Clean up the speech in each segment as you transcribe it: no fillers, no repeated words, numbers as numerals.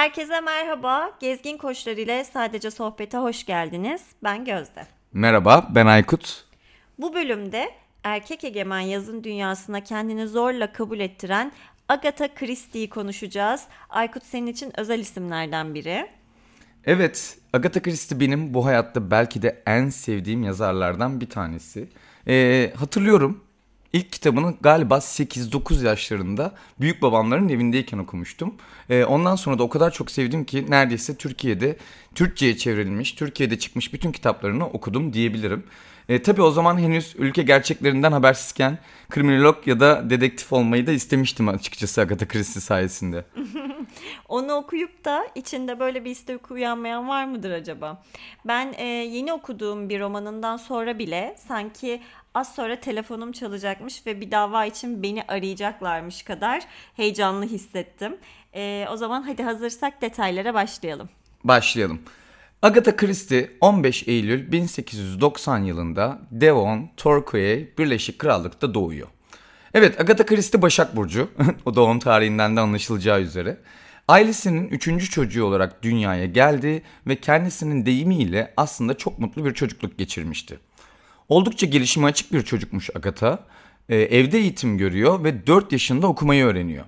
Herkese merhaba. Gezgin Koçları ile sadece sohbete hoş geldiniz. Ben Gözde. Merhaba, ben Aykut. Bu bölümde erkek egemen yazın dünyasına kendini zorla kabul ettiren Agatha Christie'yi konuşacağız. Aykut senin için özel isimlerden biri. Evet, Agatha Christie benim bu hayatta belki de en sevdiğim yazarlardan bir tanesi. Hatırlıyorum, ilk kitabını galiba 8-9 yaşlarında büyük babamların evindeyken okumuştum. Ondan sonra da o kadar çok sevdim ki neredeyse Türkiye'de Türkçe'ye çevrilmiş, Türkiye'de çıkmış bütün kitaplarını okudum diyebilirim. Tabii o zaman henüz ülke gerçeklerinden habersizken kriminolog ya da dedektif olmayı da istemiştim açıkçası Agatha Christie sayesinde. Onu okuyup da içinde böyle bir istek uyanmayan var mıdır acaba? Ben yeni okuduğum bir romanından sonra bile sanki az sonra telefonum çalacakmış ve bir dava için beni arayacaklarmış kadar heyecanlı hissettim. O zaman hadi hazırsak detaylara başlayalım. Başlayalım. Agatha Christie 15 Eylül 1890 yılında Devon, Torquay, Birleşik Krallık'ta doğuyor. Evet, Agatha Christie Başak Burcu. O doğum tarihinden de anlaşılacağı üzere. Ailesinin 3. çocuğu olarak dünyaya geldi ve kendisinin deyimiyle aslında çok mutlu bir çocukluk geçirmişti. Oldukça gelişime açık bir çocukmuş Agatha. Evde eğitim görüyor ve 4 yaşında okumayı öğreniyor.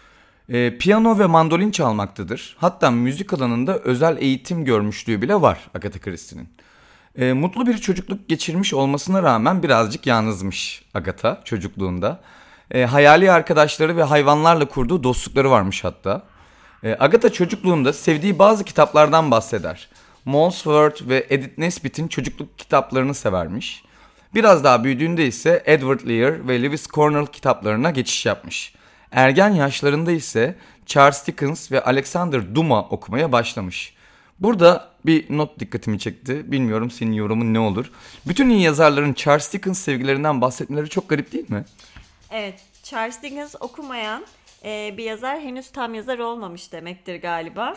Piyano ve mandolin çalmaktadır. Hatta müzik alanında özel eğitim görmüşlüğü bile var Agatha Christie'nin. Mutlu bir çocukluk geçirmiş olmasına rağmen birazcık yalnızmış Agatha çocukluğunda. Hayali arkadaşları ve hayvanlarla kurduğu dostlukları varmış hatta. Agatha çocukluğunda sevdiği bazı kitaplardan bahseder. Molesworth ve Edith Nesbit'in çocukluk kitaplarını severmiş. Biraz daha büyüdüğünde ise Edward Lear ve Lewis Cornell kitaplarına geçiş yapmış. Ergen yaşlarında ise Charles Dickens ve Alexander Dumas okumaya başlamış. Burada bir not dikkatimi çekti. Bilmiyorum senin yorumun ne olur. Bütün iyi yazarların Charles Dickens sevgilerinden bahsetmeleri çok garip değil mi? Evet, Charles Dickens okumayan bir yazar henüz tam yazar olmamış demektir galiba.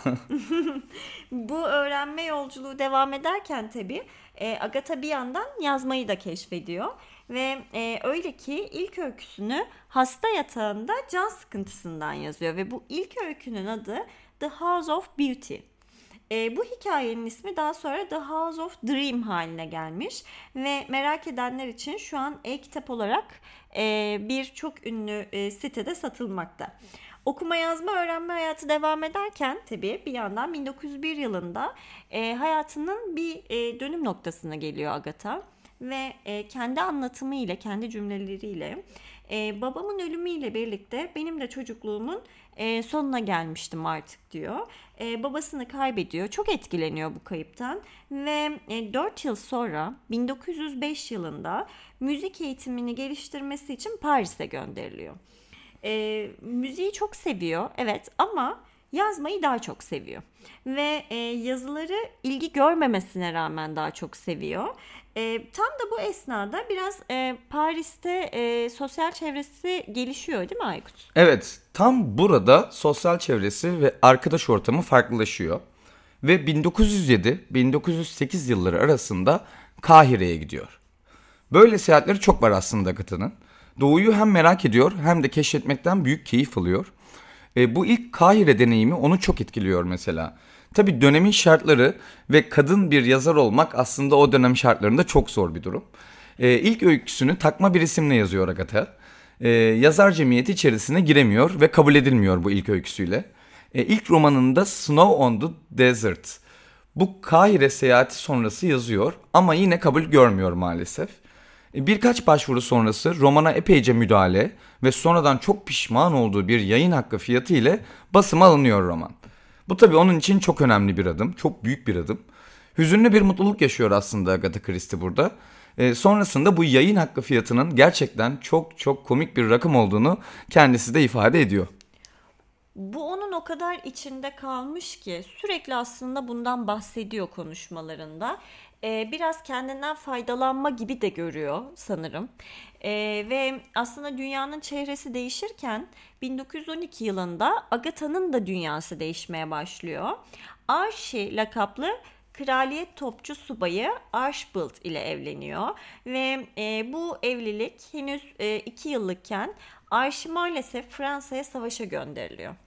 Bu öğrenme yolculuğu devam ederken tabii Agatha bir yandan yazmayı da keşfediyor. Ve öyle ki ilk öyküsünü hasta yatağında can sıkıntısından yazıyor. Ve bu ilk öykünün adı The House of Beauty. Bu hikayenin ismi daha sonra The House of Dream haline gelmiş ve merak edenler için şu an e-kitap olarak bir çok ünlü sitede satılmakta. Okuma yazma öğrenme hayatı devam ederken tabii bir yandan 1901 yılında hayatının bir dönüm noktasına geliyor Agatha. Ve kendi anlatımıyla, kendi cümleleriyle babamın ölümüyle birlikte benim de çocukluğumun sonuna gelmiştim artık diyor. Babasını kaybediyor. Çok etkileniyor bu kayıptan. Ve 4 yıl sonra 1905 yılında müzik eğitimini geliştirmesi için Paris'e gönderiliyor. Müziği çok seviyor, evet, ama yazmayı daha çok seviyor. Ve yazıları ilgi görmemesine rağmen daha çok seviyor. Tam da bu esnada biraz Paris'te sosyal çevresi gelişiyor değil mi Aykut? Evet, tam burada sosyal çevresi ve arkadaş ortamı farklılaşıyor. Ve 1907-1908 yılları arasında Kahire'ye gidiyor. Böyle seyahatleri çok var aslında Agatha'nın. Doğuyu hem merak ediyor hem de keşfetmekten büyük keyif alıyor. Bu ilk Kahire deneyimi onu çok etkiliyor mesela. Tabii dönemin şartları ve kadın bir yazar olmak aslında o dönem şartlarında çok zor bir durum. İlk öyküsünü takma bir isimle yazıyor Agatha. Yazar cemiyeti içerisine giremiyor ve kabul edilmiyor bu ilk öyküsüyle. İlk romanında Snow on the Desert. Bu Kahire seyahati sonrası yazıyor ama yine kabul görmüyor maalesef. Birkaç başvuru sonrası romana epeyce müdahale ve sonradan çok pişman olduğu bir yayın hakkı fiyatı ile basıma alınıyor roman. Bu tabii onun için çok önemli bir adım, çok büyük bir adım. Hüzünlü bir mutluluk yaşıyor aslında Agatha Christie burada. Sonrasında bu yayın hakkı fiyatının gerçekten çok çok komik bir rakam olduğunu kendisi de ifade ediyor. Bu onun o kadar içinde kalmış ki sürekli aslında bundan bahsediyor konuşmalarında. Biraz kendinden faydalanma gibi de görüyor sanırım. Ve aslında dünyanın çehresi değişirken 1912 yılında Agatha'nın da dünyası değişmeye başlıyor. Archie lakaplı kraliyet topçu subayı Archibald ile evleniyor ve bu evlilik henüz 2 yıllıkken Archie maalesef Fransa'ya savaşa gönderiliyor.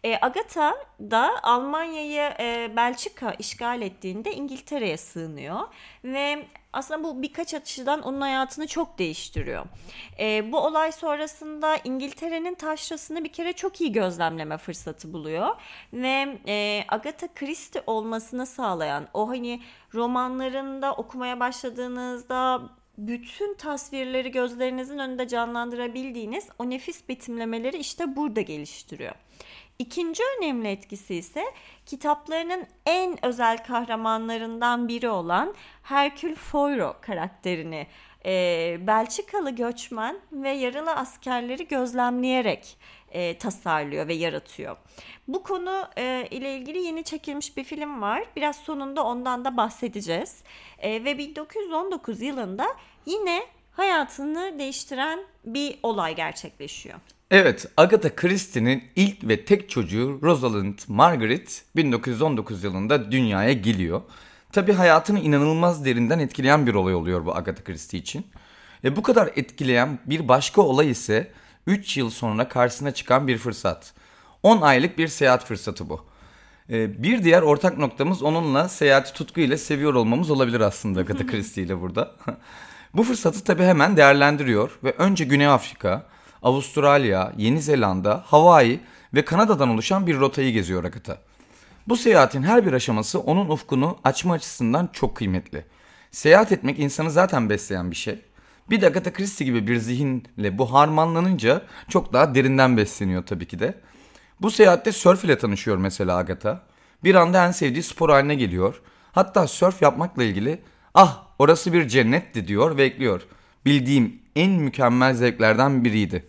Agatha da Almanya'yı Belçika işgal ettiğinde İngiltere'ye sığınıyor ve aslında bu birkaç açıdan onun hayatını çok değiştiriyor. Bu olay sonrasında İngiltere'nin taşrasını bir kere çok iyi gözlemleme fırsatı buluyor ve Agatha Christie olmasını sağlayan o hani romanlarında okumaya başladığınızda bütün tasvirleri gözlerinizin önünde canlandırabildiğiniz o nefis betimlemeleri işte burada geliştiriyor. İkinci önemli etkisi ise kitaplarının en özel kahramanlarından biri olan Hercule Poirot karakterini Belçikalı göçmen ve yaralı askerleri gözlemleyerek tasarlıyor ve yaratıyor. Bu konu ile ilgili yeni çekilmiş bir film var. Biraz sonunda ondan da bahsedeceğiz. Ve 1919 yılında yine hayatını değiştiren bir olay gerçekleşiyor. Evet, Agatha Christie'nin ilk ve tek çocuğu Rosalind Margaret 1919 yılında dünyaya geliyor. Tabii hayatını inanılmaz derinden etkileyen bir olay oluyor bu Agatha Christie için. Bu kadar etkileyen bir başka olay ise 3 yıl sonra karşısına çıkan bir fırsat. 10 aylık bir seyahat fırsatı bu. Bir diğer ortak noktamız onunla seyahati tutkuyla seviyor olmamız olabilir aslında Agatha Christie ile burada. Bu fırsatı tabii hemen değerlendiriyor ve önce Güney Afrika, Avustralya, Yeni Zelanda, Hawaii ve Kanada'dan oluşan bir rotayı geziyor Agatha. Bu seyahatin her bir aşaması onun ufkunu açma açısından çok kıymetli. Seyahat etmek insanı zaten besleyen bir şey. Bir de Agatha Christie gibi bir zihinle bu harmanlanınca çok daha derinden besleniyor tabii ki de. Bu seyahatte sörf ile tanışıyor mesela Agatha. Bir anda en sevdiği spor haline geliyor. Hatta sörf yapmakla ilgili "Ah, orası bir cennetti" diyor ve ekliyor: "Bildiğim en mükemmel zevklerden biriydi."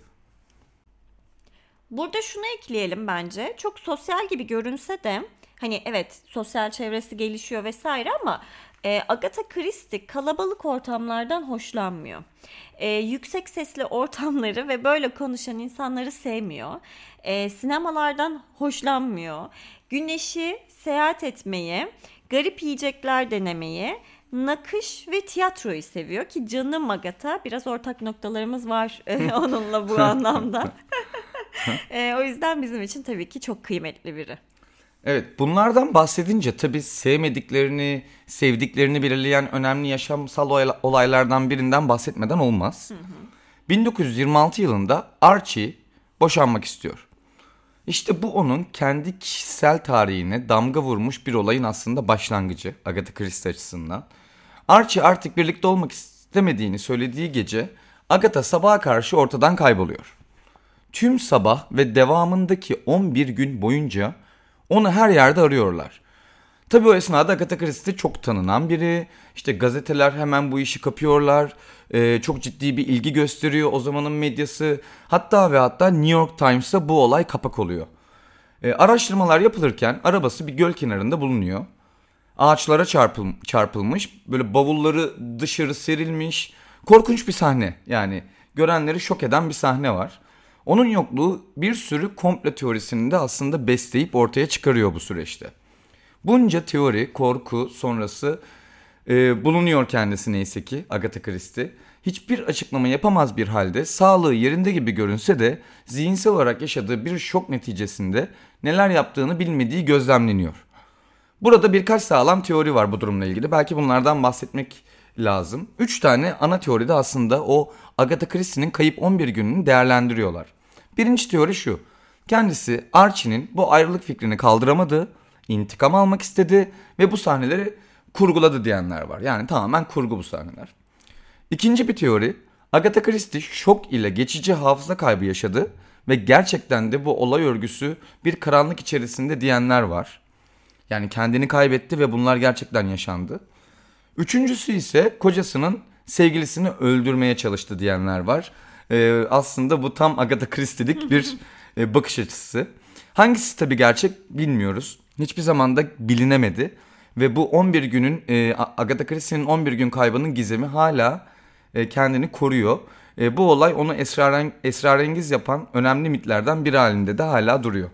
Burada şunu ekleyelim bence. Çok sosyal gibi görünse de hani evet sosyal çevresi gelişiyor vesaire ama Agatha Christie kalabalık ortamlardan hoşlanmıyor. Yüksek sesli ortamları ve böyle konuşan insanları sevmiyor. Sinemalardan hoşlanmıyor. Güneşi, seyahat etmeyi, garip yiyecekler denemeyi, nakış ve tiyatroyu seviyor ki canım Agatha, biraz ortak noktalarımız var onunla bu anlamda. O yüzden bizim için tabii ki çok kıymetli biri. Evet, bunlardan bahsedince tabii sevmediklerini, sevdiklerini belirleyen önemli yaşamsal olaylardan birinden bahsetmeden olmaz. 1926 yılında Archie boşanmak istiyor. İşte bu onun kendi kişisel tarihine damga vurmuş bir olayın aslında başlangıcı Agatha Christie açısından. Archie artık birlikte olmak istemediğini söylediği gece Agatha sabaha karşı ortadan kayboluyor. Tüm sabah ve devamındaki 11 gün boyunca onu her yerde arıyorlar. Tabii o esnada Agatha Christie çok tanınan biri. İşte gazeteler hemen bu işi kapıyorlar. Çok ciddi bir ilgi gösteriyor o zamanın medyası. Hatta ve hatta New York Times'a bu olay kapak oluyor. Araştırmalar yapılırken arabası bir göl kenarında bulunuyor. Ağaçlara çarpılmış, böyle bavulları dışarı serilmiş. Korkunç bir sahne, yani görenleri şok eden bir sahne var. Onun yokluğu bir sürü komplo teorisini de aslında besleyip ortaya çıkarıyor bu süreçte. Bunca teori, korku sonrası bulunuyor kendisi neyse ki Agatha Christie. Hiçbir açıklama yapamaz bir halde sağlığı yerinde gibi görünse de zihinsel olarak yaşadığı bir şok neticesinde neler yaptığını bilmediği gözlemleniyor. Burada birkaç sağlam teori var bu durumla ilgili. Belki bunlardan bahsetmek lazım. 3 tane ana teoride aslında o Agatha Christie'nin kayıp 11 gününü değerlendiriyorlar. Birinci teori şu: kendisi Archie'nin bu ayrılık fikrini kaldıramadı, intikam almak istedi ve bu sahneleri kurguladı diyenler var. Yani tamamen kurgu bu sahneler. İkinci bir teori: Agatha Christie şok ile geçici hafıza kaybı yaşadı ve gerçekten de bu olay örgüsü bir karanlık içerisinde diyenler var. Yani kendini kaybetti ve bunlar gerçekten yaşandı. Üçüncüsü ise kocasının sevgilisini öldürmeye çalıştı diyenler var. Aslında bu tam Agatha Christie'lik bir bakış açısı. Hangisi tabii gerçek bilmiyoruz. Hiçbir zaman da bilinemedi. Ve bu 11 günün Agatha Christie'nin 11 gün kaybının gizemi hala kendini koruyor. Bu olay onu esrarengiz yapan önemli mitlerden biri halinde de hala duruyor.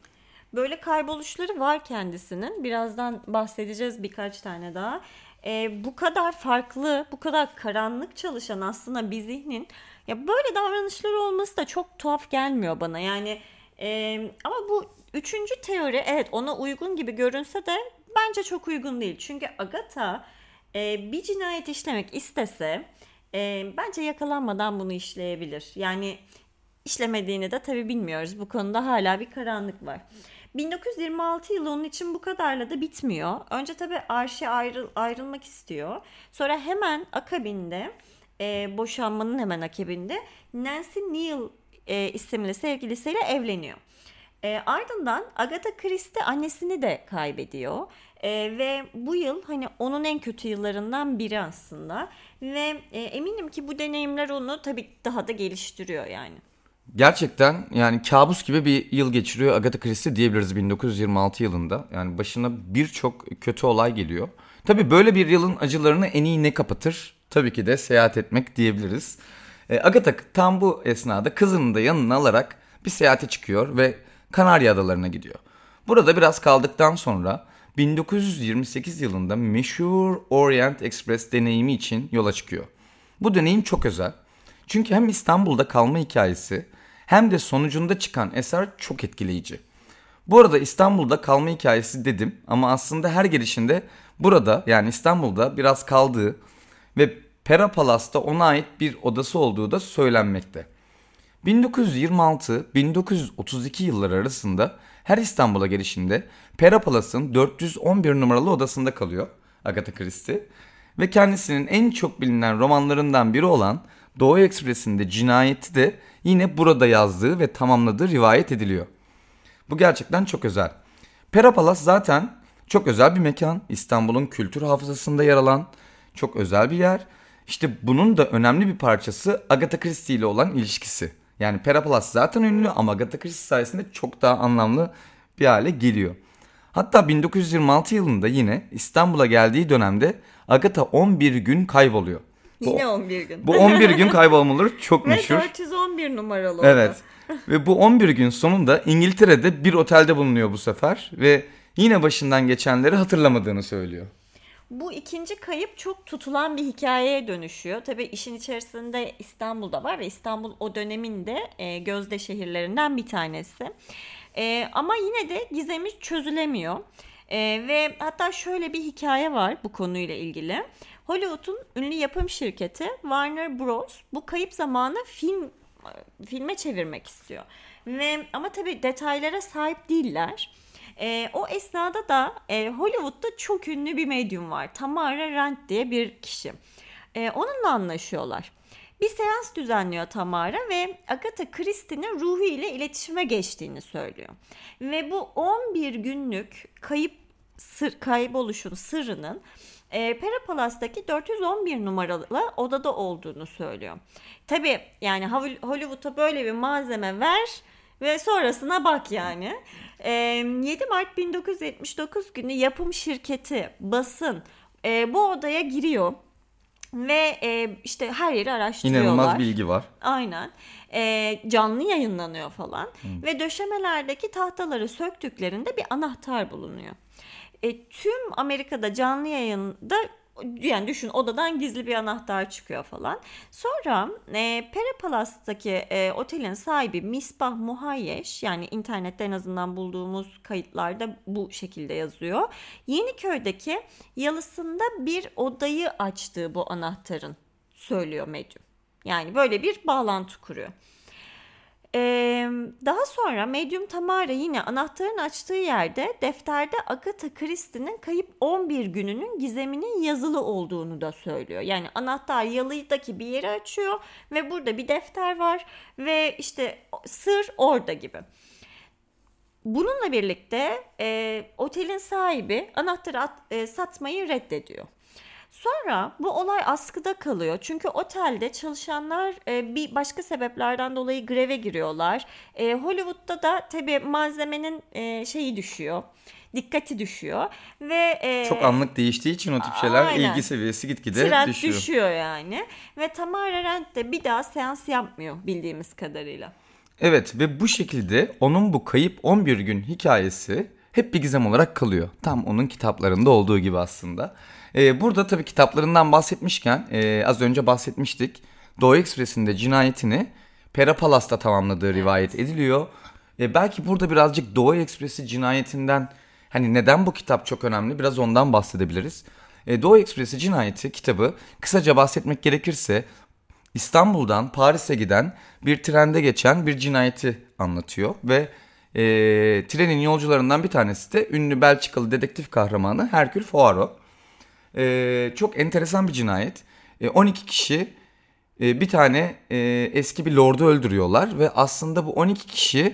Böyle kayboluşları var kendisinin. Birazdan bahsedeceğiz birkaç tane daha. Bu kadar farklı, bu kadar karanlık çalışan aslında bir zihnin ya böyle davranışları olması da çok tuhaf gelmiyor bana. Yani Ama bu üçüncü teori evet ona uygun gibi görünse de bence çok uygun değil. Çünkü Agatha bir cinayet işlemek istese bence yakalanmadan bunu işleyebilir. Yani işlemediğini de tabii bilmiyoruz. Bu konuda hala bir karanlık var. 1926 yılı onun için bu kadarla da bitmiyor. Önce tabii Archie ayrılmak istiyor. Sonra hemen akabinde boşanmanın hemen akabinde Nancy Neal isimli sevgilisiyle evleniyor. Ardından Agatha Christie annesini de kaybediyor. Ve bu yıl hani onun en kötü yıllarından biri aslında. Ve eminim ki bu deneyimler onu tabii daha da geliştiriyor yani. Gerçekten yani kabus gibi bir yıl geçiriyor Agatha Christie diyebiliriz 1926 yılında. Yani başına birçok kötü olay geliyor. Tabii böyle bir yılın acılarını en iyi ne kapatır? Tabii ki de seyahat etmek diyebiliriz. Agatha tam bu esnada kızını da yanına alarak bir seyahate çıkıyor ve Kanarya Adalarına gidiyor. Burada biraz kaldıktan sonra 1928 yılında meşhur Orient Express deneyimi için yola çıkıyor. Bu deneyim çok özel. Çünkü hem İstanbul'da kalma hikayesi hem de sonucunda çıkan eser çok etkileyici. Bu arada İstanbul'da kalma hikayesi dedim ama aslında her gelişinde burada yani İstanbul'da biraz kaldığı ve Pera Palas'ta ona ait bir odası olduğu da söylenmekte. 1926-1932 yılları arasında her İstanbul'a gelişinde Pera Palas'ın 411 numaralı odasında kalıyor Agatha Christie ve kendisinin en çok bilinen romanlarından biri olan Doğu Ekspresi'nde cinayeti de yine burada yazdığı ve tamamladığı rivayet ediliyor. Bu gerçekten çok özel. Pera Palace zaten çok özel bir mekan. İstanbul'un kültür hafızasında yer alan çok özel bir yer. İşte bunun da önemli bir parçası Agatha Christie ile olan ilişkisi. Yani Pera Palace zaten ünlü ama Agatha Christie sayesinde çok daha anlamlı bir hale geliyor. Hatta 1926 yılında yine İstanbul'a geldiği dönemde Agatha 11 gün kayboluyor. Yine 11 gün. Bu 11 gün kaybolmaları çok meşhur. Ve 411 numaralı Evet. Ve bu 11 gün sonunda İngiltere'de bir otelde bulunuyor bu sefer. Ve yine başından geçenleri hatırlamadığını söylüyor. Bu ikinci kayıp çok tutulan bir hikayeye dönüşüyor. Tabii işin içerisinde İstanbul'da var ve İstanbul o dönemin de gözde şehirlerinden bir tanesi. Ama yine de gizemi çözülemiyor. Ve hatta şöyle bir hikaye var bu konuyla ilgili. Hollywood'un ünlü yapım şirketi Warner Bros. Bu kayıp zamanı filme çevirmek istiyor. Ama tabii detaylara sahip değiller. O esnada da Hollywood'da çok ünlü bir medyum var. Tamara Rand diye bir kişi. Onunla anlaşıyorlar. Bir seans düzenliyor Tamara ve Agatha Christie'nin ruhu ile iletişime geçtiğini söylüyor. Ve bu 11 günlük kayboluşun sırrının Pera Palas'taki 411 numaralı odada olduğunu söylüyor. Tabii yani Hollywood'a böyle bir malzeme ver ve sonrasına bak yani. 7 Mart 1979 günü yapım şirketi, basın bu odaya giriyor. Ve işte her yeri araştırıyorlar. İnanılmaz bilgi var. Aynen. Canlı yayınlanıyor falan. Ve döşemelerdeki tahtaları söktüklerinde bir anahtar bulunuyor. Tüm Amerika'da canlı yayında yani düşün odadan gizli bir anahtar çıkıyor falan. Sonra Pera Palas'taki otelin sahibi Misbah Muhayyeş yani internette en azından bulduğumuz kayıtlarda bu şekilde yazıyor. Yeniköy'deki yalısında bir odayı açtığı bu anahtarın söylüyor medyum. Yani böyle bir bağlantı kuruyor. Daha sonra medyum Tamara yine anahtarın açtığı yerde defterde Agatha Christie'nin kayıp 11 gününün gizeminin yazılı olduğunu da söylüyor. Yani anahtar yalıydaki bir yeri açıyor ve burada bir defter var ve işte sır orada gibi. Bununla birlikte otelin sahibi anahtarı satmayı reddediyor. Sonra bu olay askıda kalıyor. Çünkü otelde çalışanlar bir başka sebeplerden dolayı greve giriyorlar. Hollywood'da da tabii malzemenin şeyi düşüyor. Dikkati düşüyor ve çok anlık değiştiği için o tip şeyler aynen. ilgi seviyesi gitgide Trend düşüyor. düşüyor yani. Ve Tamara Rand de bir daha seans yapmıyor bildiğimiz kadarıyla. Evet ve bu şekilde onun bu kayıp 11 gün hikayesi hep bir gizem olarak kalıyor. Tam onun kitaplarında olduğu gibi aslında. Burada tabii kitaplarından bahsetmişken az önce bahsetmiştik. Doğu Ekspresi'nde cinayetini Pera Palas'ta tamamladığı rivayet ediliyor. Belki burada birazcık Doğu Ekspresi cinayetinden, hani neden bu kitap çok önemli, biraz ondan bahsedebiliriz. Doğu Ekspresi cinayeti kitabı kısaca bahsetmek gerekirse İstanbul'dan Paris'e giden bir trende geçen bir cinayeti anlatıyor ve trenin yolcularından bir tanesi de ünlü Belçikalı dedektif kahramanı Hercule Poirot. Çok enteresan bir cinayet. 12 kişi bir tane eski bir lordu öldürüyorlar ve aslında bu 12 kişi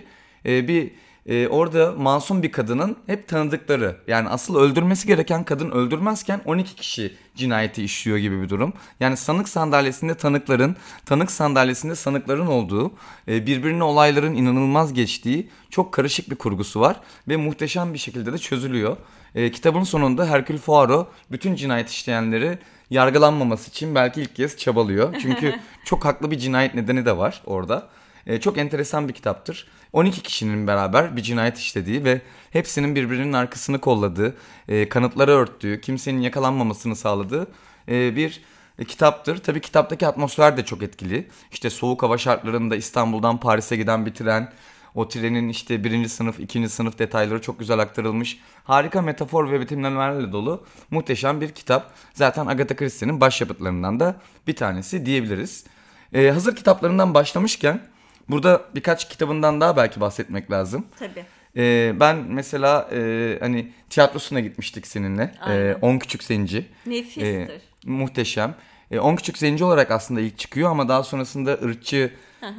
orada masum bir kadının hep tanıdıkları. Yani asıl öldürmesi gereken kadın öldürmezken 12 kişi cinayeti işliyor gibi bir durum. Yani sanık sandalyesinde tanıkların, tanık sandalyesinde sanıkların olduğu, birbirine olayların inanılmaz geçtiği çok karışık bir kurgusu var ve muhteşem bir şekilde de çözülüyor. Kitabın sonunda Hercule Poirot bütün cinayet işleyenleri yargılanmaması için belki ilk kez çabalıyor. Çünkü çok haklı bir cinayet nedeni de var orada. Çok enteresan bir kitaptır. 12 kişinin beraber bir cinayet işlediği ve hepsinin birbirinin arkasını kolladığı, kanıtları örttüğü, kimsenin yakalanmamasını sağladığı bir kitaptır. Tabii kitaptaki atmosfer de çok etkili. İşte soğuk hava şartlarında İstanbul'dan Paris'e giden bir tren. O trenin işte birinci sınıf, ikinci sınıf detayları çok güzel aktarılmış. Harika metafor ve betimlemelerle dolu muhteşem bir kitap. Zaten Agatha Christie'nin başyapıtlarından da bir tanesi diyebiliriz. Hazır kitaplarından başlamışken burada birkaç kitabından daha belki bahsetmek lazım. Tabii. Ben mesela hani tiyatrosuna gitmiştik seninle. 10 Küçük Zenci. Nefistir. Muhteşem. 10 Küçük Zenci olarak aslında ilk çıkıyor ama daha sonrasında ırkçı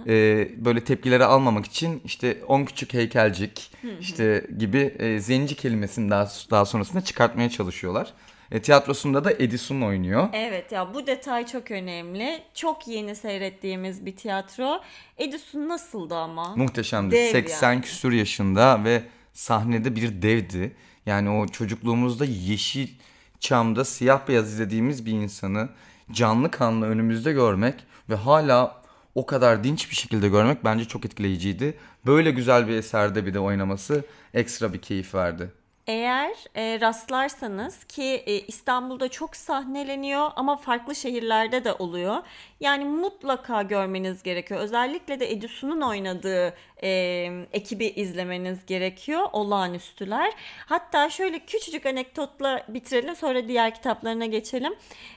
böyle tepkileri almamak için işte 10 Küçük Heykelcik işte gibi zenci kelimesini daha sonrasında çıkartmaya çalışıyorlar. Tiyatrosunda da Edison oynuyor. Evet ya, bu detay çok önemli. Çok yeni seyrettiğimiz bir tiyatro. Edison nasıldı ama? Muhteşemdi. Dev 80 yani. küsur yaşında ve sahnede bir devdi. Yani o çocukluğumuzda Yeşilçam'da siyah beyaz izlediğimiz bir insanı canlı kanlı önümüzde görmek ve hala o kadar dinç bir şekilde görmek bence çok etkileyiciydi. Böyle güzel bir eserde bir de oynaması ekstra bir keyif verdi. Eğer rastlarsanız ki İstanbul'da çok sahneleniyor ama farklı şehirlerde de oluyor. Yani mutlaka görmeniz gerekiyor. Özellikle de Edison'un oynadığı ekibi izlemeniz gerekiyor. Olağanüstüler. Hatta şöyle küçücük anekdotla bitirelim, sonra diğer kitaplarına geçelim.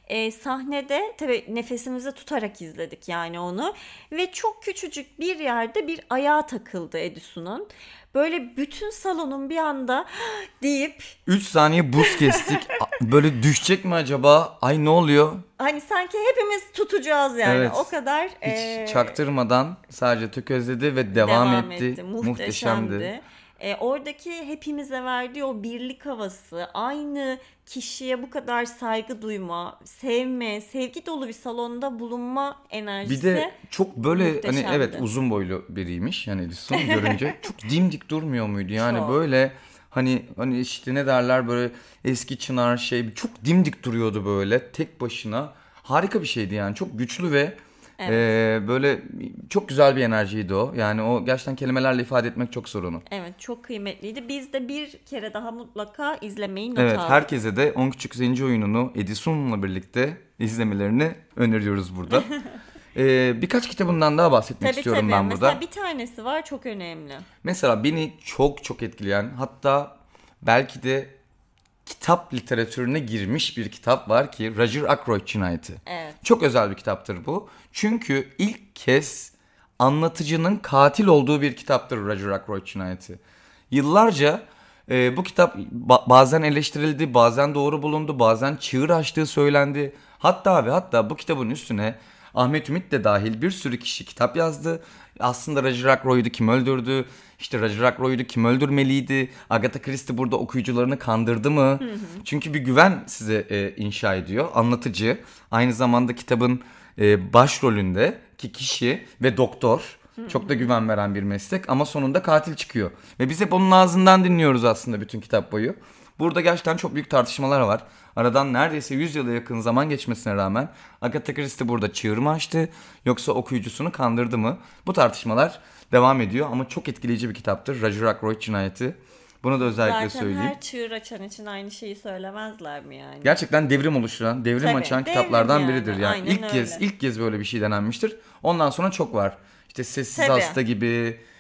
Sahnede tabii nefesimizi tutarak izledik yani onu. Ve çok küçücük bir yerde bir ayağa takıldı Edison'un. Böyle bütün salonun bir anda deyip 3 saniye buz kestik. Böyle düşecek mi acaba? Ay ne oluyor? hani sanki hepimiz tutacağız yani. Evet. O kadar Hiç çaktırmadan sadece tökezledi ve devam etti. Muhteşemdi. Oradaki hepimize verdiği o birlik havası, aynı kişiye bu kadar saygı duyma, sevme, sevgi dolu bir salonda bulunma enerjisi. Bir de çok böyle hani muhteşemdi. evet uzun boylu biriymiş yani Edison görünce. Çok dimdik durmuyor muydu? Yani Çok. böyle hani işte ne derler, böyle eski çınar şey, çok dimdik duruyordu böyle tek başına. Harika bir şeydi yani, çok güçlü ve böyle çok güzel bir enerjiydi o. Yani o gerçekten kelimelerle ifade etmek çok zor onu. Evet, çok kıymetliydi. Biz de bir kere daha mutlaka izlemeyi not Evet, aldık. herkese de 10 Küçük Zenci oyununu Edison'la birlikte izlemelerini öneriyoruz burada. Birkaç kitabından daha bahsetmek istiyorum ben burada. Mesela bir tanesi var çok önemli. Mesela beni çok çok etkileyen, hatta belki de kitap literatürüne girmiş bir kitap var ki Roger Ackroyd Cinayeti. Evet. Çok özel bir kitaptır bu. Çünkü ilk kez anlatıcının katil olduğu bir kitaptır Roger Ackroyd Cinayeti. Yıllarca bu kitap bazen eleştirildi, bazen doğru bulundu, bazen çığır açtığı söylendi. Hatta bu kitabın üstüne Ahmet Ümit de dahil bir sürü kişi kitap yazdı. Aslında Roger Ackroyd'u kim öldürdü? İşte Roger Ackroyd'u kim öldürmeliydi? Agatha Christie burada okuyucularını kandırdı mı? Çünkü bir güven size inşa ediyor. Anlatıcı, aynı zamanda kitabın başrolündeki kişi ve doktor. Çok da güven veren bir meslek ama sonunda katil çıkıyor. Ve biz hep onun ağzından dinliyoruz aslında bütün kitap boyu. Burada gerçekten çok büyük tartışmalar var. Aradan neredeyse 100 yıla yakın zaman geçmesine rağmen Agatha Christie burada çığır mı açtı yoksa okuyucusunu kandırdı mı? Bu tartışmalar devam ediyor ama çok etkileyici bir kitaptır Roger Ackroyd Cinayeti. Bunu da özellikle Zaten söyleyeyim. her çığır açan için aynı şeyi söylemezler mi yani? Gerçekten devrim oluşturan, devrim Tabii, açan devrim kitaplardan yani. biridir. Yani Aynen ilk kez böyle bir şey denenmiştir. Ondan sonra çok var. İşte Sessiz Tabii. Hasta gibi,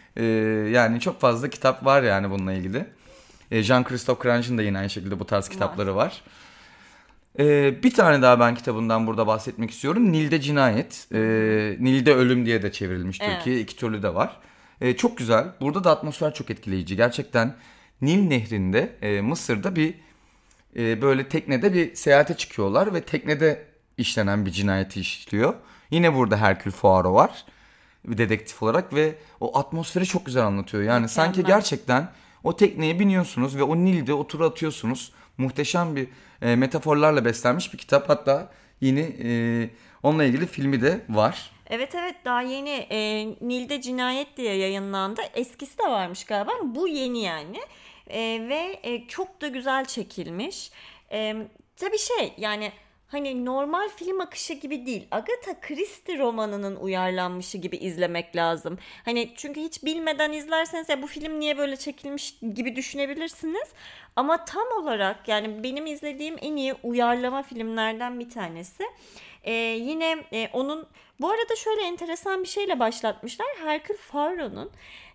Yani çok fazla kitap var yani bununla ilgili. Jean-Christophe Grange'ın da yine aynı şekilde bu tarz kitapları var. Bir tane daha ben kitabından burada bahsetmek istiyorum. Nil'de Cinayet. Nil'de Ölüm diye de çevrilmiş Türkiye. İki türlü de var. Çok güzel. Burada da atmosfer çok etkileyici. Gerçekten Nil Nehri'nde Mısır'da bir böyle teknede bir seyahate çıkıyorlar ve teknede işlenen bir cinayeti işliyor. Yine burada Hercule Poirot var. Bir dedektif olarak ve o atmosferi çok güzel anlatıyor. Yani sanki gerçekten o tekneye biniyorsunuz ve o Nil'de o turu atıyorsunuz. Muhteşem bir metaforlarla beslenmiş bir kitap. Hatta yeni onunla ilgili filmi de var. Evet daha yeni Nil'de Cinayet diye yayınlandı. Eskisi de varmış galiba ama bu yeni yani. Ve çok da güzel çekilmiş. Tabii yani hani normal film akışı gibi değil. Agatha Christie romanının uyarlanmışı gibi izlemek lazım. Hani çünkü hiç bilmeden izlerseniz ya bu film niye böyle çekilmiş gibi düşünebilirsiniz. Ama tam olarak yani benim izlediğim en iyi uyarlama filmlerden bir tanesi. Yine onun bu arada şöyle enteresan bir şeyle başlatmışlar. Hercule Poirot'un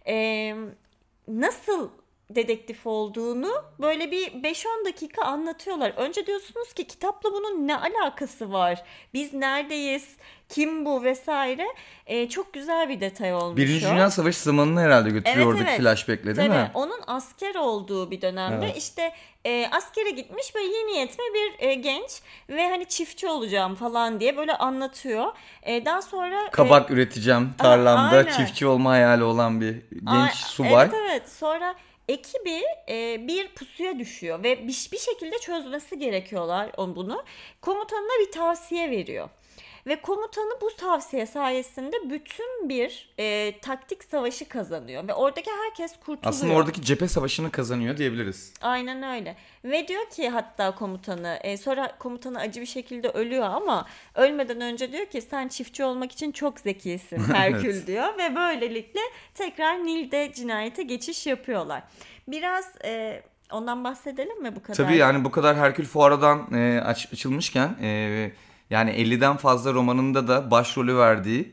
nasıl dedektif olduğunu böyle bir 5-10 dakika anlatıyorlar. Önce diyorsunuz ki kitapla bunun ne alakası var? Biz neredeyiz? Kim bu vesaire? Çok güzel bir detay olmuş. Birinci Dünya Savaşı zamanını herhalde götürüyor oradaki flashback'le değil mi? Onun asker olduğu bir dönemde işte askere gitmiş böyle yeni yetme bir genç ve hani çiftçi olacağım falan diye böyle anlatıyor. Daha sonra kabak üreteceğim tarlamda, aynen. Çiftçi olma hayali olan bir genç subay. Evet sonra ekibi bir pusuya düşüyor ve bir şekilde çözmesi gerekiyorlar bunu. Komutanına bir tavsiye veriyor. Ve komutanı bu tavsiye sayesinde bütün bir taktik savaşı kazanıyor. Ve oradaki herkes kurtuluyor. Aslında oradaki cephe savaşını kazanıyor diyebiliriz. Aynen öyle. Ve diyor ki hatta komutanı sonra komutanı acı bir şekilde ölüyor ama ölmeden önce diyor ki sen çiftçi olmak için çok zekisin Herkül evet. diyor. Ve böylelikle tekrar Nil'de cinayete geçiş yapıyorlar. Biraz ondan bahsedelim mi bu kadar? Tabii yani bu kadar Hercule Poirot'dan açılmışken... Yani 50'den fazla romanında da başrolü verdiği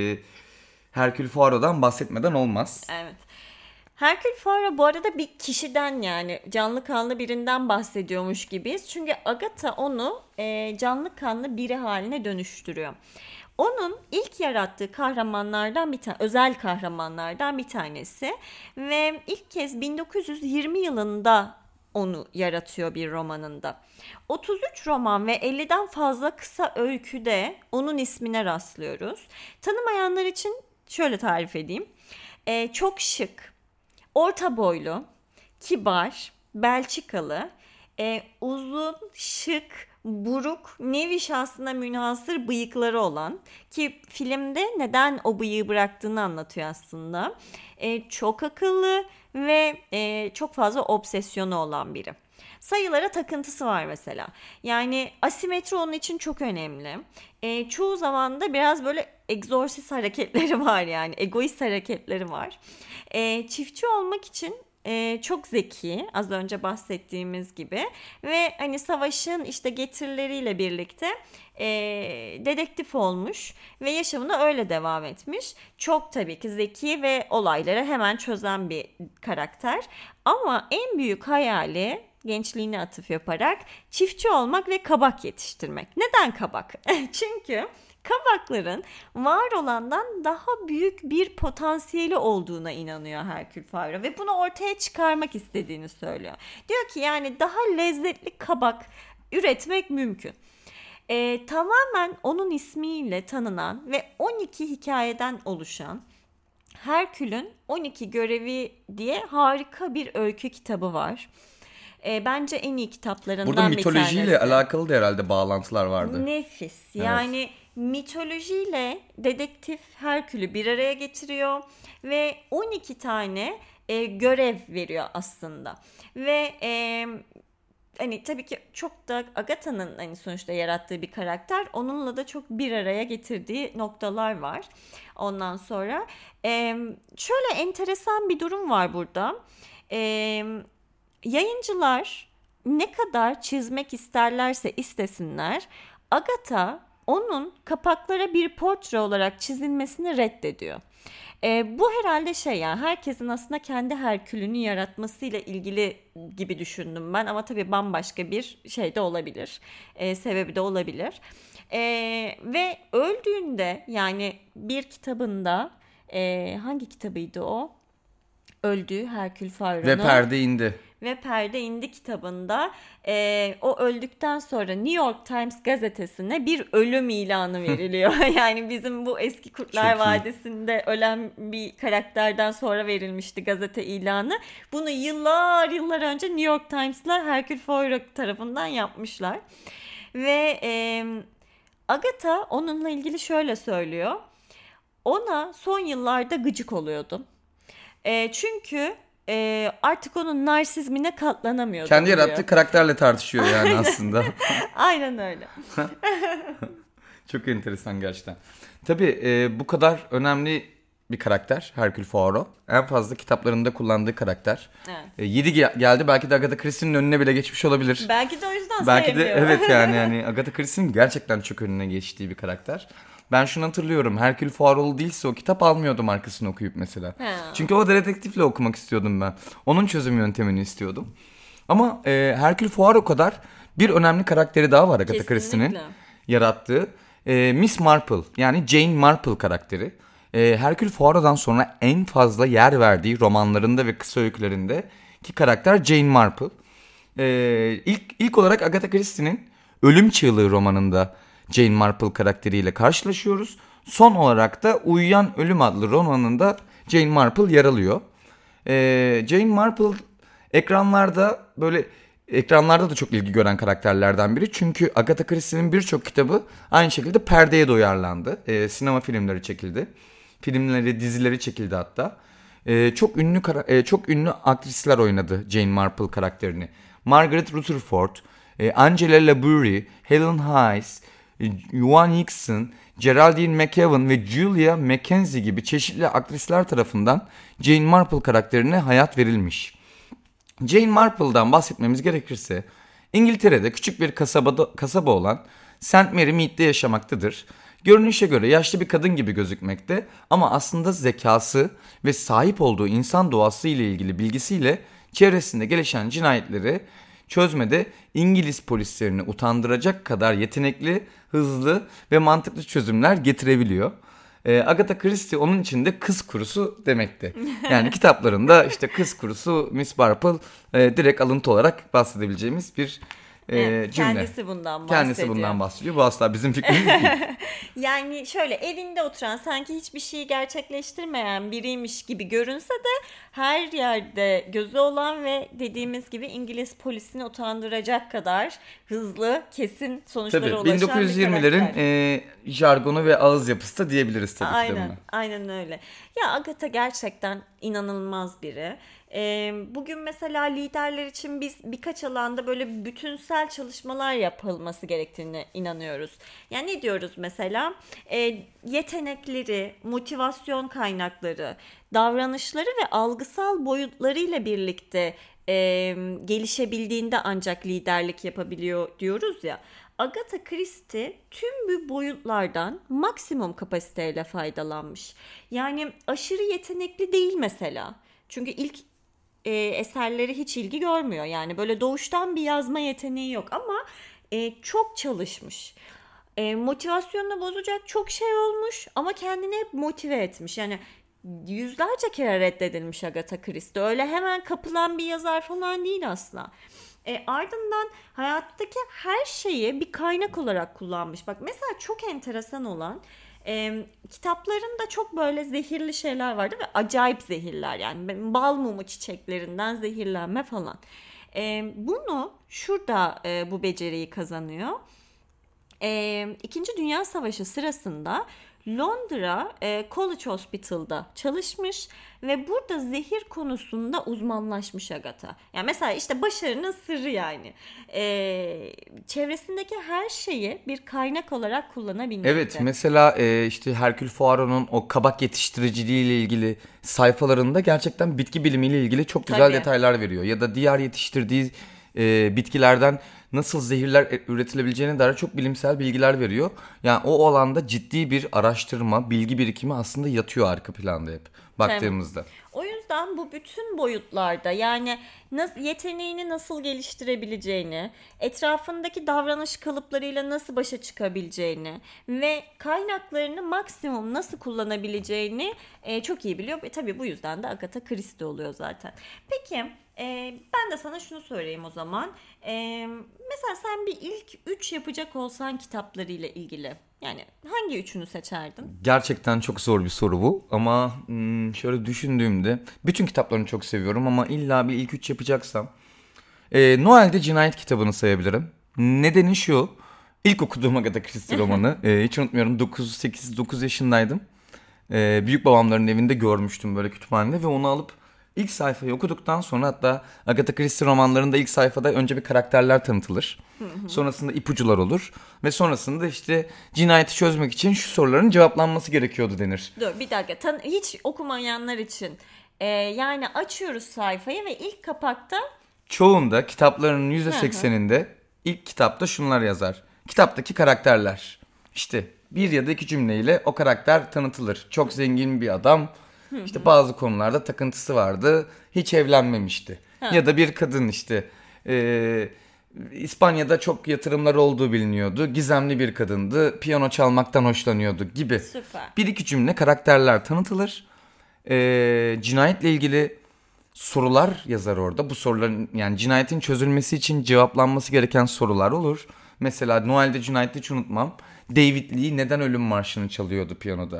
Hercule Poirot'dan bahsetmeden olmaz. Evet. Hercule Poirot bu arada bir kişiden yani canlı kanlı birinden bahsediyormuş gibiyiz. Çünkü Agatha onu canlı kanlı biri haline dönüştürüyor. Onun ilk yarattığı kahramanlardan özel kahramanlardan bir tanesi ve ilk kez 1920 yılında onu yaratıyor bir romanında. 33 roman ve 50'den fazla kısa öyküde onun ismine rastlıyoruz. Tanımayanlar için şöyle tarif edeyim. Çok şık, orta boylu, kibar, Belçikalı, uzun, şık, buruk, nevi şahsına münhasır bıyıkları olan ki filmde neden o bıyığı bıraktığını anlatıyor aslında. Çok akıllı ve çok fazla obsesyonu olan biri. Sayılara takıntısı var mesela. Yani asimetri onun için çok önemli. Çoğu zaman da biraz böyle egzorsis hareketleri var yani. Egoist hareketleri var. Çiftçi olmak için çok zeki, az önce bahsettiğimiz gibi ve hani savaşın işte getirileriyle birlikte dedektif olmuş ve yaşamına öyle devam etmiş. Çok tabii ki zeki ve olayları hemen çözen bir karakter. Ama en büyük hayali gençliğine atıf yaparak çiftçi olmak ve kabak yetiştirmek. Neden kabak? Çünkü kabakların var olandan daha büyük bir potansiyeli olduğuna inanıyor Hercule Poirot ve bunu ortaya çıkarmak istediğini söylüyor. Diyor ki yani daha lezzetli kabak üretmek mümkün. Tamamen onun ismiyle tanınan ve 12 hikayeden oluşan Herkül'ün 12 görevi diye harika bir öykü kitabı var. Bence en iyi kitaplarından bir tanesi. Burada mitolojiyle alakalı da herhalde bağlantılar vardı. Nefis. Yani evet. Mitolojiyle dedektif Herkül'ü bir araya getiriyor ve 12 tane görev veriyor aslında. Ve hani tabii ki çok da Agatha'nın hani sonuçta yarattığı bir karakter. Onunla da çok bir araya getirdiği noktalar var. Ondan sonra şöyle enteresan bir durum var burada. Yayıncılar ne kadar çizmek isterlerse istesinler Agatha onun kapaklara bir portre olarak çizilmesini reddediyor. Bu herhalde yani herkesin aslında kendi Herkül'ünü yaratmasıyla ilgili gibi düşündüm ben. Ama tabii bambaşka bir şey de olabilir. Sebebi de olabilir. Ve öldüğünde yani bir kitabında hangi kitabıydı o? Öldü Herkül Poirot'un. Ve perde indi. Ve Perde İndi kitabında o öldükten sonra New York Times gazetesine bir ölüm ilanı veriliyor. Yani bizim bu eski Kurtlar Vadisi'nde ölen bir karakterden sonra verilmişti gazete ilanı. Bunu yıllar önce New York Times'la Hercule Poirot tarafından yapmışlar. Ve Agatha onunla ilgili şöyle söylüyor. Ona son yıllarda gıcık oluyordum. Çünkü artık onun narsizmine katlanamıyordum. Kendi yarattığı karakterle tartışıyor yani aslında. Aynen öyle. Çok enteresan gerçekten. Tabii bu kadar önemli bir karakter Hercule Poirot. En fazla kitaplarında kullandığı karakter. Evet. 7 geldi, belki de Agatha Christie'nin önüne bile geçmiş olabilir. Belki de o yüzden belki sevmiyor. Belki de evet yani Agatha Christie'nin gerçekten çok önüne geçtiği bir karakter. Ben şunu hatırlıyorum. Hercule Poirot'lu değilse o kitap almıyordum arkasını okuyup mesela. Çünkü o dedektifle okumak istiyordum ben. Onun çözüm yöntemini istiyordum. Ama Hercule Poirot kadar bir önemli karakteri daha var Agatha Christie'nin yarattığı. Miss Marple, yani Jane Marple karakteri. Hercule Poirot'dan sonra en fazla yer verdiği romanlarında ve kısa öykülerinde ki karakter Jane Marple. İlk olarak Agatha Christie'nin Ölüm Çığlığı romanında Jane Marple karakteriyle karşılaşıyoruz. Son olarak da Uyuyan Ölüm adlı romanında Jane Marple yer alıyor. Jane Marple ekranlarda da çok ilgi gören karakterlerden biri. Çünkü Agatha Christie'nin birçok kitabı aynı şekilde perdeye de uyarlandı. Sinema filmleri çekildi. Filmleri, dizileri çekildi hatta. Çok ünlü aktrisler oynadı Jane Marple karakterini. Margaret Rutherford, Angela Laborie, Helen Hayes, Yuan Yixon, Geraldine McEwan ve Julia Mackenzie gibi çeşitli aktrisler tarafından Jane Marple karakterine hayat verilmiş. Jane Marple'dan bahsetmemiz gerekirse İngiltere'de küçük bir kasaba olan St. Mary Mead'de yaşamaktadır. Görünüşe göre yaşlı bir kadın gibi gözükmekte ama aslında zekası ve sahip olduğu insan doğası ile ilgili bilgisiyle çevresinde gelişen cinayetleri çözmede İngiliz polislerini utandıracak kadar yetenekli, hızlı ve mantıklı çözümler getirebiliyor. Agatha Christie onun için de kız kurusu demekti. Yani kitaplarında işte kız kurusu Miss Marple direkt alıntı olarak bahsedebileceğimiz bir cümle. Kendisi bundan bahsediyor. Bu asla bizim fikrimiz değil. Yani şöyle evinde oturan, sanki hiçbir şeyi gerçekleştirmeyen biriymiş gibi görünse de her yerde gözü olan ve dediğimiz gibi İngiliz polisini utandıracak kadar hızlı, kesin sonuçlara ulaşan 1920'lerin jargonu ve ağız yapısı da diyebiliriz tabii ki de buna. Aynen öyle. Ya Agatha gerçekten inanılmaz biri. Bugün mesela liderler için biz birkaç alanda böyle bütünsel çalışmalar yapılması gerektiğine inanıyoruz. Yani ne diyoruz mesela? Yetenekleri, motivasyon kaynakları, davranışları ve algısal boyutlarıyla birlikte gelişebildiğinde ancak liderlik yapabiliyor diyoruz ya. Agatha Christie tüm bu boyutlardan maksimum kapasiteyle faydalanmış. Yani aşırı yetenekli değil mesela. Çünkü ilk eserleri hiç ilgi görmüyor. Yani böyle doğuştan bir yazma yeteneği yok ama çok çalışmış. Motivasyonunu bozacak çok şey olmuş ama kendini hep motive etmiş. Yani yüzlerce kere reddedilmiş Agatha Christie. Öyle hemen kapılan bir yazar falan değil asla. Ardından hayattaki her şeyi bir kaynak olarak kullanmış. Bak mesela çok enteresan olan kitaplarında çok böyle zehirli şeyler vardı ve acayip zehirler, yani bal mumu çiçeklerinden zehirlenme falan. Bunu şurada bu beceriyi kazanıyor. İkinci Dünya Savaşı sırasında Londra College Hospital'da çalışmış ve burada zehir konusunda uzmanlaşmış Agatha. Yani mesela işte başarının sırrı yani. Çevresindeki her şeyi bir kaynak olarak kullanabilmekte. Evet, mesela işte Hercule Poirot'un o kabak yetiştiriciliği ile ilgili sayfalarında gerçekten bitki bilimiyle ilgili çok güzel detaylar veriyor. Ya da diğer yetiştirdiği bitkilerden nasıl zehirler üretilebileceğine dair çok bilimsel bilgiler veriyor. Yani o alanda ciddi bir araştırma, bilgi birikimi aslında yatıyor arka planda hep baktığımızda. O yüzden bu bütün boyutlarda yani yeteneğini nasıl geliştirebileceğini, etrafındaki davranış kalıplarıyla nasıl başa çıkabileceğini ve kaynaklarını maksimum nasıl kullanabileceğini çok iyi biliyor. Tabii bu yüzden de Agatha Christie oluyor zaten. Peki ben de sana şunu sorayım o zaman. Mesela sen bir ilk 3 yapacak olsan kitaplarıyla ilgili. Yani hangi üçünü seçerdin? Gerçekten çok zor bir soru bu ama şöyle düşündüğümde bütün kitaplarını çok seviyorum ama illa bir ilk 3 yapacaksam Noel'de Cinayet kitabını sayabilirim. Nedeni şu, ilk okuduğum Agatha Christie romanı hiç unutmuyorum 9 yaşındaydım. Büyük babamların evinde görmüştüm böyle kütüphanede ve onu alıp ilk sayfayı okuduktan sonra hatta Agatha Christie romanlarında ilk sayfada önce bir karakterler tanıtılır. Sonrasında ipuçlar olur ve sonrasında işte cinayeti çözmek için şu soruların cevaplanması gerekiyordu denir. Dur bir dakika hiç okumayanlar için yani açıyoruz sayfayı ve ilk kapakta çoğunda kitapların %80'inde ilk kitapta şunlar yazar. Kitaptaki karakterler işte bir ya da iki cümleyle o karakter tanıtılır. Çok zengin bir adam. İşte bazı konularda takıntısı vardı. Hiç evlenmemişti. Ya da bir kadın işte İspanya'da çok yatırımları olduğu biliniyordu. Gizemli bir kadındı. Piyano çalmaktan hoşlanıyordu gibi. Süper. Bir iki cümle karakterler tanıtılır. Cinayetle ilgili sorular yazar orada. Bu soruların yani cinayetin çözülmesi için cevaplanması gereken sorular olur. Mesela Noel'de Cinayet'i hiç unutmam. David Lee neden ölüm marşını çalıyordu piyanoda?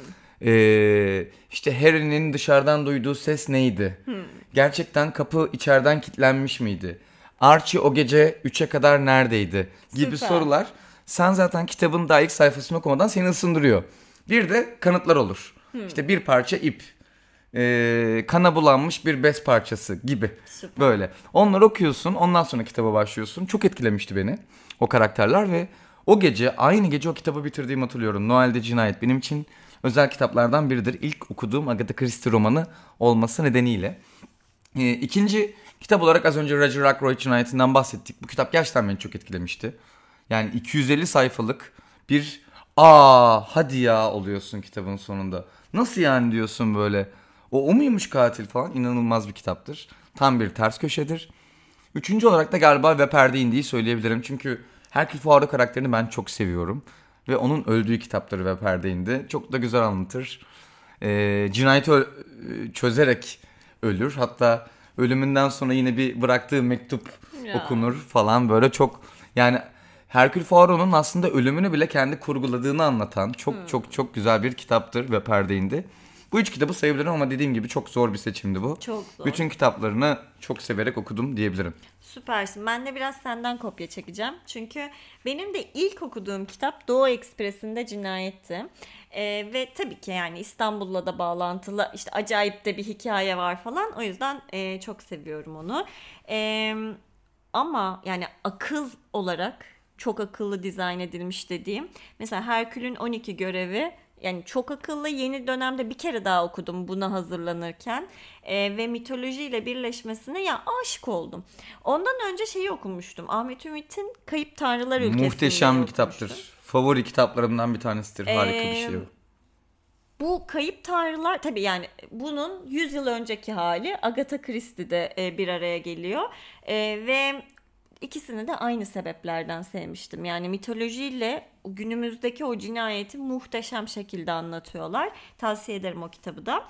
İşte Harry'nin dışarıdan duyduğu ses neydi? Gerçekten kapı içeriden kilitlenmiş miydi? Archie o gece 3'e kadar neredeydi? Gibi Süper. sorular. Sen zaten kitabın daha ilk sayfasını okumadan seni ısındırıyor. Bir de kanıtlar olur. İşte bir parça ip. Kana bulanmış bir bez parçası gibi. Süper. Böyle. Onları okuyorsun. Ondan sonra kitaba başlıyorsun. Çok etkilemişti beni o karakterler ve o gece aynı gece o kitabı bitirdiğimi hatırlıyorum. Noel'de Cinayet benim için özel kitaplardan biridir. İlk okuduğum Agatha Christie romanı olması nedeniyle. İkinci kitap olarak az önce Roger Ackroyd Cinayetinden bahsettik. Bu kitap gerçekten beni çok etkilemişti. Yani 250 sayfalık bir hadi ya oluyorsun kitabın sonunda. Nasıl yani diyorsun böyle. O muymuş katil falan, inanılmaz bir kitaptır. Tam bir ters köşedir. Üçüncü olarak da galiba Ve Perde İndiği söyleyebilirim. Çünkü Hercule Poirot karakterini ben çok seviyorum. Ve onun öldüğü kitaptır Ve Perde İndi. Çok da güzel anlatır. Cinayeti çözerek ölür. Hatta ölümünden sonra yine bir bıraktığı mektup okunur falan böyle çok yani Hercule Poirot'un aslında ölümünü bile kendi kurguladığını anlatan çok güzel bir kitaptır Ve Perde İndi. Bu üç kitabı sayabilirim ama dediğim gibi çok zor bir seçimdi bu. Çok zor. Bütün kitaplarını çok severek okudum diyebilirim. Süpersin. Ben de biraz senden kopya çekeceğim. Çünkü benim de ilk okuduğum kitap Doğu Ekspresi'nde Cinayet'ti. Ve tabii ki yani İstanbul'la da bağlantılı işte acayip de bir hikaye var falan. O yüzden çok seviyorum onu. Ama yani akıl olarak çok akıllı dizayn edilmiş dediğim. Mesela Herkül'ün 12 görevi yani çok akıllı. Yeni dönemde bir kere daha okudum buna hazırlanırken ve mitolojiyle birleşmesine ya aşık oldum. Ondan önce şeyi okumuştum. Ahmet Ümit'in Kayıp Tanrılar Ülkesi'nde Muhteşem bir kitaptır. Favori kitaplarımdan bir tanesidir. Harika bir şey o. Bu Kayıp Tanrılar tabii yani bunun 100 yıl önceki hali Agatha Christie'de bir araya geliyor ve İkisini de aynı sebeplerden sevmiştim. Yani mitolojiyle günümüzdeki o cinayeti muhteşem şekilde anlatıyorlar. Tavsiye ederim o kitabı da.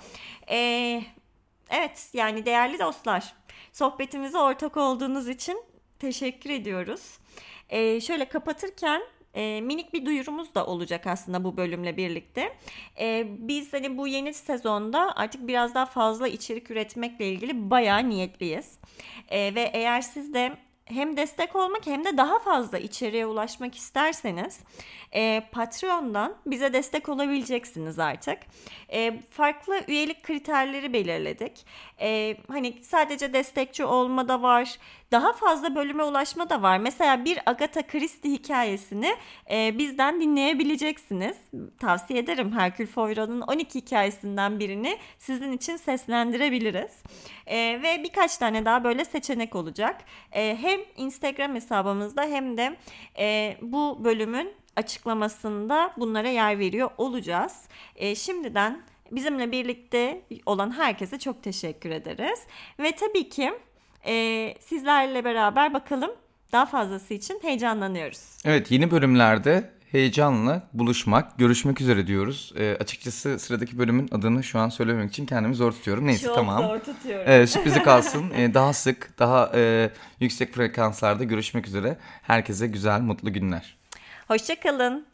Evet yani değerli dostlar, sohbetimize ortak olduğunuz için teşekkür ediyoruz. Şöyle kapatırken minik bir duyurumuz da olacak aslında bu bölümle birlikte. Biz hani bu yeni sezonda artık biraz daha fazla içerik üretmekle ilgili bayağı niyetliyiz. Ve eğer siz de hem destek olmak hem de daha fazla içeriğe ulaşmak isterseniz Patreon'dan bize destek olabileceksiniz artık. Farklı üyelik kriterleri belirledik. Hani sadece destekçi olma da var. Daha fazla bölüme ulaşma da var. Mesela bir Agatha Christie hikayesini bizden dinleyebileceksiniz. Tavsiye ederim. Hercule Poirot'un 12 hikayesinden birini sizin için seslendirebiliriz. Ve birkaç tane daha böyle seçenek olacak. Hem Hem Instagram hesabımızda hem de bu bölümün açıklamasında bunlara yer veriyor olacağız. Şimdiden bizimle birlikte olan herkese çok teşekkür ederiz. Ve tabii ki sizlerle beraber bakalım, daha fazlası için heyecanlanıyoruz. Evet, yeni bölümlerde heyecanla buluşmak, görüşmek üzere diyoruz. Açıkçası sıradaki bölümün adını şu an söylememek için kendimi zor tutuyorum. Neyse, çok tamam. Çok zor tutuyorum. Sürprizi kalsın. Daha sık, daha yüksek frekanslarda görüşmek üzere. Herkese güzel, mutlu günler. Hoşça kalın.